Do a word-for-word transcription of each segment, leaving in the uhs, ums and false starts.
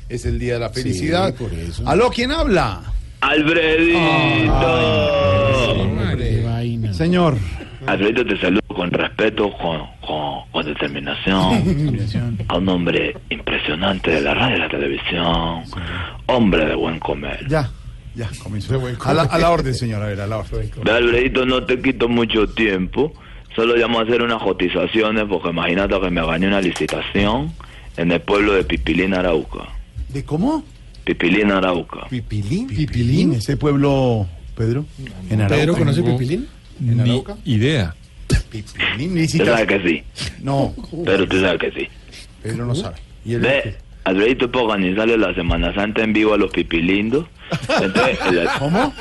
es el día de la felicidad. Sí, por eso. ¿Aló, quién habla? Alfredito. Ay, señor. Alfredito, te saludo con respeto, con, con, con determinación. A un hombre impresionante de la radio y la televisión. Sí. Hombre de buen comer. Ya, ya, comenzó. A la, a la orden, señor, a ver, a la orden. Ve, Alfredito, no te quito mucho tiempo. Solo llamo a hacer unas cotizaciones porque imagínate que me gané una licitación en el pueblo de Pipilín, Arauca. ¿De cómo? Pipilín, Arauca. ¿Pipilín? ¿Pipilín? ¿Ese pueblo, Pedro? ¿En Arauca? ¿Pedro conoce Pipilín? ¿En Arauca? Ni idea. Pipilín, ¿Tú sabes que sí? No. Pero tú sabes que sí. Pedro no sabe. ¿Y él Ve, Alfredito, puedo organizarle la Semana Santa en vivo a los pipilindos. Entonces, la... ¿Cómo?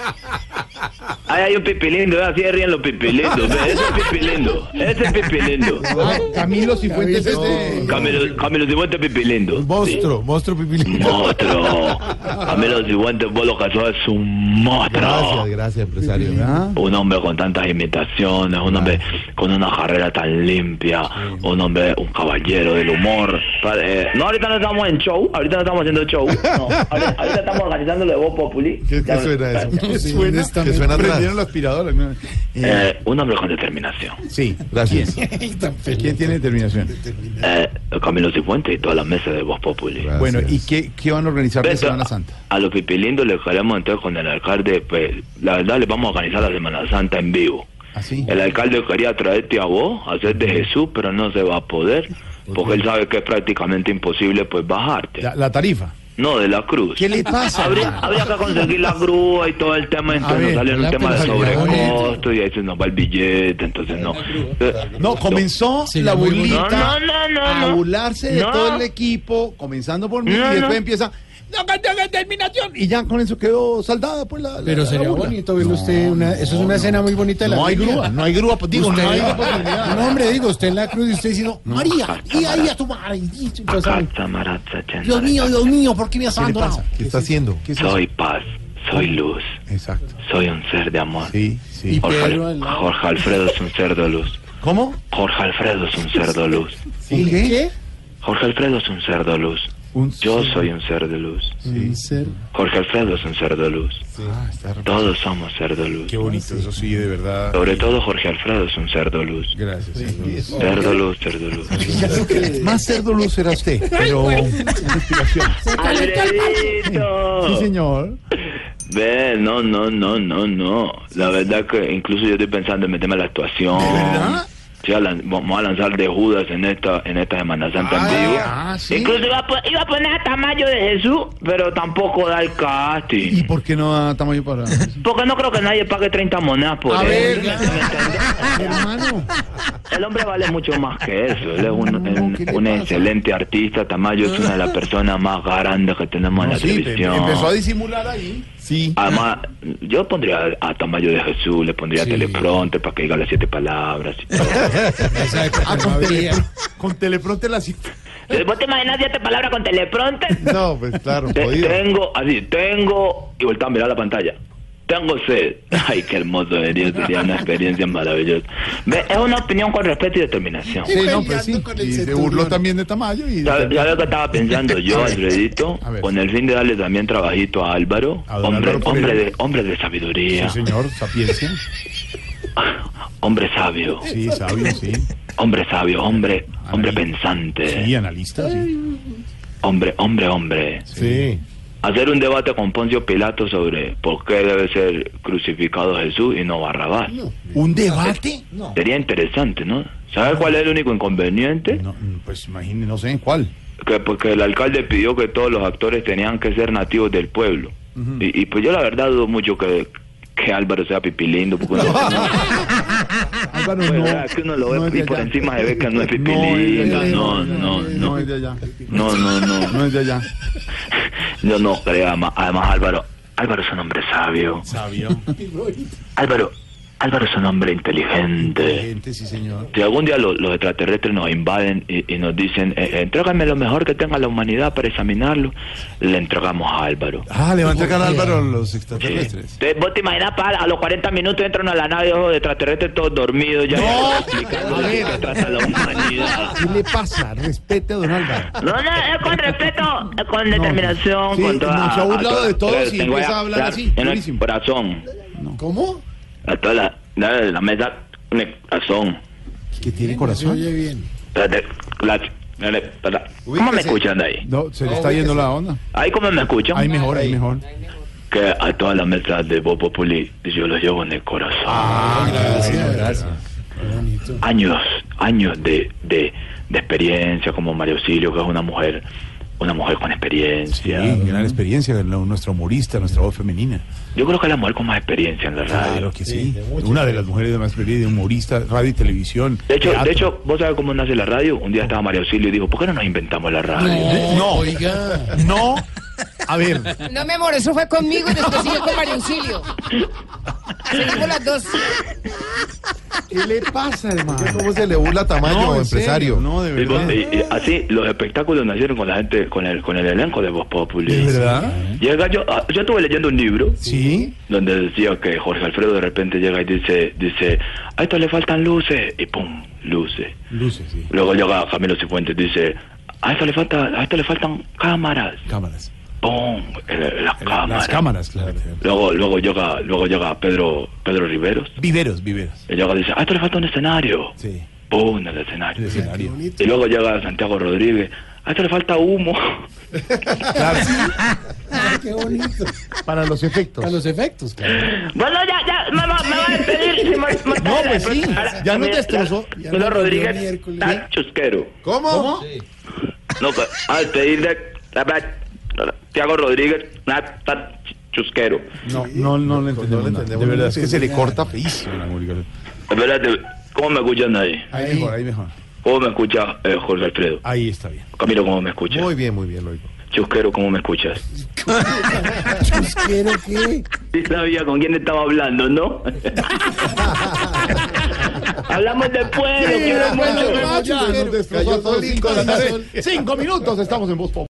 Ay, hay un pipilindo, así ríen los pipilindos. Ve, ese es pipilindo, ese es pipilindo. Ah, Camilo Cifuentes es de... Camilo, Camilo Cifuentes pipilindo. Monstruo, sí. monstruo pipilindo. Monstruo. Camilo Cifuentes, vos lo que sos es un monstruo. Gracias, gracias, empresario. ¿Ah? Un hombre con tantas imitaciones, un hombre con una carrera tan limpia, sí. Un hombre, un caballero del humor. Eh, no, ahorita no estamos en show, ahorita no estamos haciendo show. No, ahorita, ahorita estamos organizando de Voz Populi. ¿Qué, qué suena eso? ¿Qué suena? ¿Qué suena atrás? Prendieron la aspiradora. ¿No? Eh, un hombre con determinación. Sí, gracias. ¿Quién tiene determinación? Eh, Camilo Cifuentes y toda la mesa de Voz Populi. Gracias. Bueno, ¿y qué, qué van a organizar de Semana Santa? A, a los pipilindos les queremos entonces con el alcalde, pues, la verdad les vamos a organizar la Semana Santa en vivo. ¿Ah, sí? El alcalde quería traerte a vos, hacer de Jesús, pero no se va a poder, porque él sabe que es prácticamente imposible, pues, bajarte. La, la tarifa. No, de la cruz. ¿Qué le pasa? Habría, habría que conseguir la grúa y todo el tema, entonces ver, nos sale un tema de sobrecosto y ahí se nos va el billete, entonces no. No, comenzó no, la burlita no, no, no, a no, burlarse de no. todo el equipo, comenzando por mí, no, y después no. empieza... No, determinación. Y ya con eso quedó saldada, pues la. Pero la, sería la bonito verlo no, usted. Una, eso es una escena muy bonita de la No hay Biblia. grúa, no hay grúa. Pues, digo, usted, no hay oportunidad. No, hombre, digo, usted en la cruz y usted diciendo, no. María, y ahí a tu madre. Dios mío, Dios mío, ¿por qué me has abandonado? ¿Qué está haciendo? ¿Qué es soy paz, soy luz. Exacto. Soy un ser de amor. Sí, sí. Jorge, Al, Jorge Alfredo es un ser de luz. ¿Cómo? Jorge Alfredo es un ser de luz. ¿Sí? ¿Qué? Jorge Alfredo es un ser de luz. Un Yo ser. soy un ser de luz. Sí. Ser. Jorge Alfredo es un ser de luz. Sí. Ah, Todos somos ser de luz. Qué bonito, eso sí, de verdad. Sobre todo Jorge Alfredo es un ser de luz. Gracias. Sí. Ser de luz, ser de luz. Más ser de luz era usted, pero respiración. ¡Alfredito! Sí, señor. Ve, no, no, no, no, no. La verdad que incluso yo estoy pensando en meterme a la actuación. ¿De verdad? Sí, a lan- vamos a lanzar de Judas en esta en esta Semana Santa ah, en vivo. Ah, ¿sí? Incluso iba a, po- iba a poner a Tamayo de Jesús, pero tampoco da el casting. ¿Y por qué no da Tamayo para eso? Porque no creo que nadie pague treinta monedas por a él. Ver, hermano. El hombre vale mucho más que eso. Él es un, un, un excelente artista. Tamayo es una de las personas más grandes que tenemos no, en la sí, televisión. Empezó a disimular ahí. Sí. Además, yo pondría a Tamayo de Jesús, le pondría sí. teleprompter para que diga las siete palabras. Y todo. Ah, con, tele, con teleprompter las siete. ¿Vos te imaginas siete palabras con teleprompter? No, pues claro, te, jodido. Tengo, así, tengo, y voltaba a mirar la pantalla. Tengo sed. Ay, qué hermoso sería, sería una experiencia maravillosa. Ve, es una opinión con respeto y determinación. Sí, no, pues sí. Y se burló también de Tamayo. Y ya, ya lo que estaba pensando yo, Alfredito, con el fin de darle también trabajito a Álvaro, a hombre, Álvaro hombre, de, hombre de sabiduría. Sí, señor, sapiencia. Hombre sabio. Sí, sabio, sí. Hombre sabio, hombre, Anal... hombre pensante. Sí, analista, sí. Hombre, hombre, hombre. Sí. Hacer un debate con Poncio Pilato sobre por qué debe ser crucificado Jesús y no Barrabás. No. ¿Un debate? No. Sería interesante, ¿no? ¿Sabes cuál es el único inconveniente? No, pues imagínese, no sé en cuál. Que porque el alcalde pidió que todos los actores tenían que ser nativos del pueblo. Uh-huh. y, y pues yo la verdad dudo mucho que, que Álvaro sea pipilindo. Porque no, Álvaro pues, no. Es que uno lo ve no y por allá. Encima se ve que no es pipilindo. No, no, no. No es de allá. No, no, no. No es de allá. Yo no creo, además, además Álvaro, Álvaro es un hombre sabio. Sabio. Álvaro, Álvaro es un hombre inteligente. Gente, sí, señor. Si algún día los, los extraterrestres nos invaden y, y nos dicen, eh, eh, entrégame lo mejor que tenga la humanidad para examinarlo, le entregamos a Álvaro. Ah, le va a entregar a Álvaro los Sí. extraterrestres. Te- ¿Vos te imaginas, pa, a los cuarenta minutos entran a la nave de extraterrestres todos dormidos? Ya No. explicando A de qué ver. se trata la humanidad. ¿Qué le pasa? Respete a don Álvaro. No, no, es con respeto, es con determinación, Sí, con toda... no, se ha burlado toda- de todos pero y tengo empieza ya- a hablar ya así, En el durísimo. corazón, ¿Cómo? a toda la, la, la mesa, en el corazón. ¿Que tiene Se corazón? oye bien. Espérate, la- la- la- ¿Cómo me Ubíquese. escuchan de ahí? No, se le está yendo la onda. ¿Ahí cómo me escuchan? Ahí mejor, ahí mejor. Que a toda la mesa de Voz Populi yo los llevo en el corazón. Gracias. Gracias. Qué bonito. Años, años de, de, de experiencia como María Auxilio, que es una mujer, una mujer con Sí, experiencia. gran experiencia, la- nuestra humorista, nuestra voz femenina. Yo creo que es la mujer con más experiencia en la radio. Claro que sí. Sí, de mucho. Una de las mujeres de más experiencia, humorista, radio y televisión. De hecho, teatro. de hecho, ¿vos sabés cómo nace la radio? Un día estaba María Auxilio y dijo, ¿por qué no nos inventamos la radio? No. Oiga. No, a ver, No, mi amor, eso fue conmigo y después siguió con María Auxilio. Seguimos las dos. ¿qué le pasa, hermano? ¿Cómo se le burla tamaño, No, en empresario? serio, no, de Y vos- verdad. y- y así los espectáculos nacieron con la gente, con el, con el elenco de Voz Populi. ¿De verdad? Llega yo, ah, yo estuve leyendo un libro Sí. donde decía que Jorge Alfredo de repente llega y dice, dice, a esto le faltan luces, y pum, luces. Luces, sí. Luego llega Camilo Cifuentes y dice, a esto le falta, a esto le faltan cámaras, Cámaras. pum, el- las cámaras. Las cámaras, claro. Luego, luego llega, luego llega Pedro, Pedro Riveros, Viveros, viveros. y llega y dice, a esto le falta un escenario, Sí. pum, el escenario. El escenario. Y luego llega Santiago Rodríguez, a esto le falta humo. Claro, Ay, qué bonito. para los efectos. A los efectos, claro. Bueno, ya, ya, me, va- me va a despedir. si más- más No, tarde. pues sí, ya no te destrozó. Ya Pedro no Rodríguez, volvió miércoles. está chusquero. ¿Cómo? ¿Cómo? No, que al pedir de Santiago Rodríguez, está chusquero. No, no, no le entendemos. le nada. entendemos De verdad, nada. es que se le corta feísimo la comunicación. Espérate, ¿cómo me escuchan ahí? Ahí mejor, ahí mejor. ¿Cómo me escucha eh, Jorge Alfredo? Ahí está bien. Camilo, ¿cómo me escuchas? Muy bien, muy bien, lo oigo. Chusquero, ¿cómo me escuchas? ¿Quiero qué? Sí sabía con quién estaba hablando, ¿no? Hablamos después, lo quiero bueno, mucho. bueno. Ya nos destrozó a todos. Cayó Cinco de la solito, tarde. sol. Cinco minutos, estamos en Voz Populi.